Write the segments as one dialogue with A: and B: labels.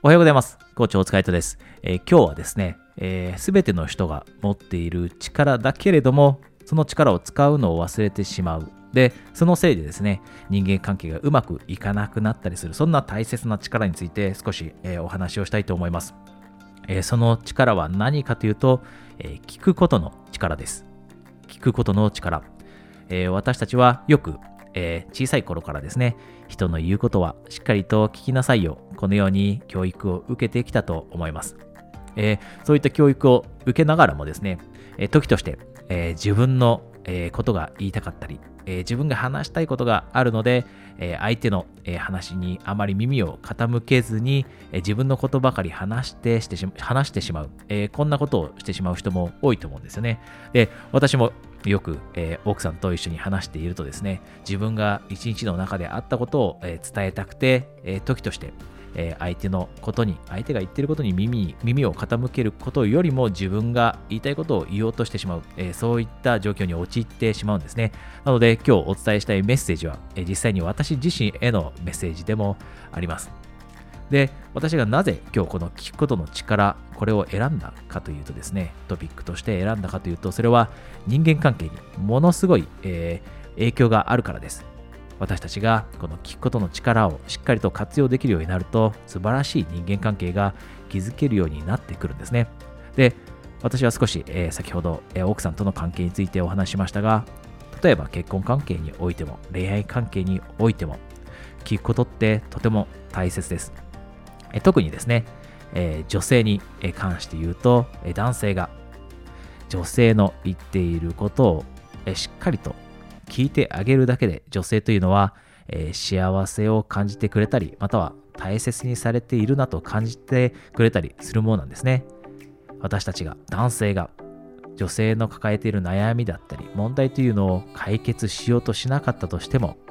A: おはようございます。コーチ大塚愛人です。今日はですね、すべての人が持っている力だけれども、その力を使うのを忘れてしまう。で、そのせいでですね、人間関係がうまくいかなくなったりする、そんな大切な力について少し、お話をしたいと思います。その力は何かというと、聞くことの力です。聞くことの力。私たちはよく小さい頃からですね、人の言うことはしっかりと聞きなさいよ、このように教育を受けてきたと思います。そういった教育を受けながらもですね、時として、自分の、ことが言いたかったり、自分が話したいことがあるので、相手の、話にあまり耳を傾けずに、自分のことばかり話してしまう、こんなことをしてしまう人も多いと思うんですよね。で、私もよく、奥さんと一緒に話しているとですね、自分が一日の中であったことを、伝えたくて、時として、相手が言っていることに耳を傾けることよりも自分が言いたいことを言おうとしてしまう、そういった状況に陥ってしまうんですね。なので今日お伝えしたいメッセージは、実際に私自身へのメッセージでもあります。で、私がなぜ今日この聞くことの力、これを選んだかというとですね、トピックとして選んだかというと、それは人間関係にものすごい、影響があるからです。私たちがこの聞くことの力をしっかりと活用できるようになると、素晴らしい人間関係が築けるようになってくるんですね。で、私は少し、先ほど、奥さんとの関係についてお話ししましたが、例えば結婚関係においても恋愛関係においても聞くことってとても大切です。特にですね、女性に関して言うと、男性が女性の言っていることをしっかりと聞いてあげるだけで、女性というのは、幸せを感じてくれたり、または大切にされているなと感じてくれたりするものなんですね。私たちが、男性が女性の抱えている悩みだったり問題というのを解決しようとしなかったとしても、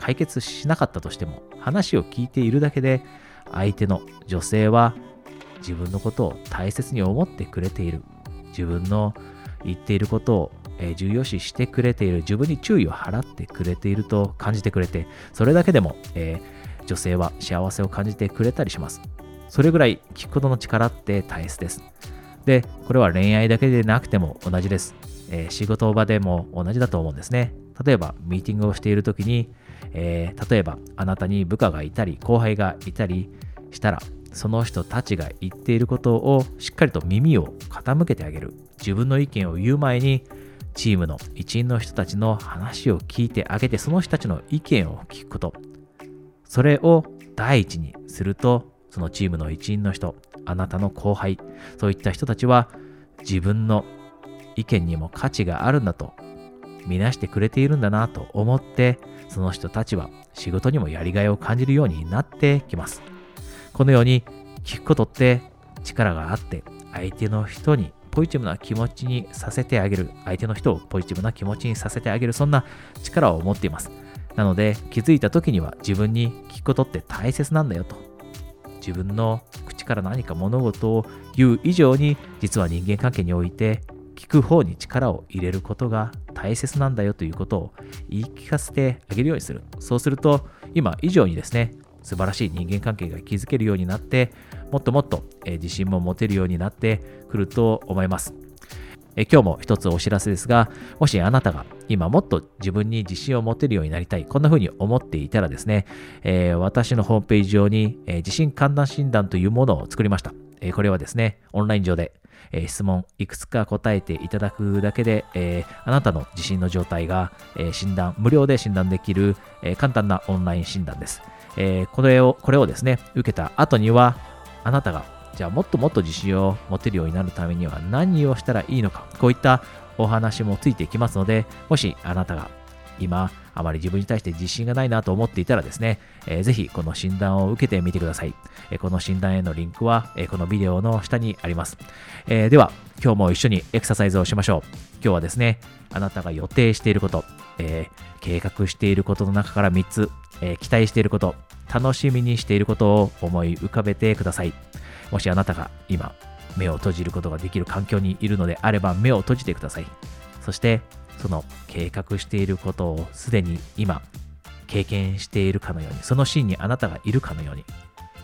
A: 話を聞いているだけで、相手の女性は自分のことを大切に思ってくれている、自分の言っていることを重要視してくれている、自分に注意を払ってくれていると感じてくれて、それだけでも、女性は幸せを感じてくれたりします。それぐらい聞くことの力って大切です。で、これは恋愛だけでなくても同じです。仕事場でも同じだと思うんですね。例えばミーティングをしているときに、例えばあなたに部下がいたり後輩がいたりしたら、その人たちが言っていることをしっかりと耳を傾けてあげる。自分の意見を言う前にチームの一員の人たちの話を聞いてあげて、その人たちの意見を聞くこと、それを第一にすると、そのチームの一員の人、あなたの後輩、そういった人たちは自分の意見にも価値があるんだと見なしてくれているんだなと思って、その人たちは仕事にもやりがいを感じるようになってきます。このように聞くことって力があって、相手の人にポジティブな気持ちにさせてあげる、相手の人をポジティブな気持ちにさせてあげる、そんな力を持っています。なので気づいた時には自分に聞くことって大切なんだよと、自分の口から何か物事を言う以上に、実は人間関係において聞く方に力を入れることが大切なんだよということを言い聞かせてあげるようにする。そうすると今以上にですね、素晴らしい人間関係が築けるようになって、もっともっと自信も持てるようになってくると思います。今日も一つお知らせですが、もしあなたが今もっと自分に自信を持てるようになりたい、こんな風に思っていたらですね、私のホームページ上に自信診断診断というものを作りました。これはですね、オンライン上で質問いくつか答えていただくだけで、あなたの自信の状態が無料で診断できる簡単なオンライン診断です。これをですね、受けた後には、あなたがじゃあもっともっと自信を持てるようになるためには何をしたらいいのか、こういったお話もついてきますので、もしあなたが今あまり自分に対して自信がないなと思っていたらですね、ぜひこの診断を受けてみてください。この診断へのリンクは、このビデオの下にあります。では今日も一緒にエクササイズをしましょう。今日はですね、あなたが予定していること、計画していることの中から3つ、期待していること、楽しみにしていることを思い浮かべてください。もしあなたが今目を閉じることができる環境にいるのであれば、目を閉じてください。そしてその計画していることをすでに今経験しているかのように、そのシーンにあなたがいるかのように、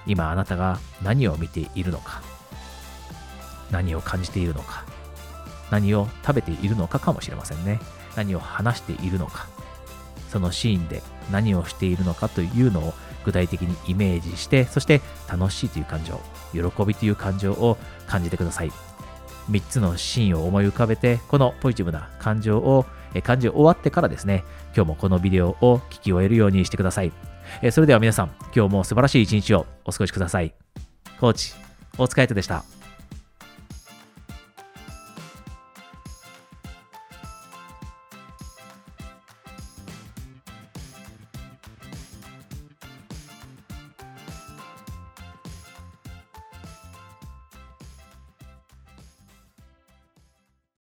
A: 今あなたが何を見ているのか、何を感じているのか、何を食べているのかかもしれませんね。何を話しているのか、そのシーンで何をしているのかというのを具体的にイメージして、そして楽しいという感情、喜びという感情を感じてください。3つのシーンを思い浮かべて、このポジティブな感情を感じ終わってからですね、今日もこのビデオを聞き終えるようにしてください。それでは皆さん、今日も素晴らしい一日をお過ごしください。コーチ、大塚愛斗でした。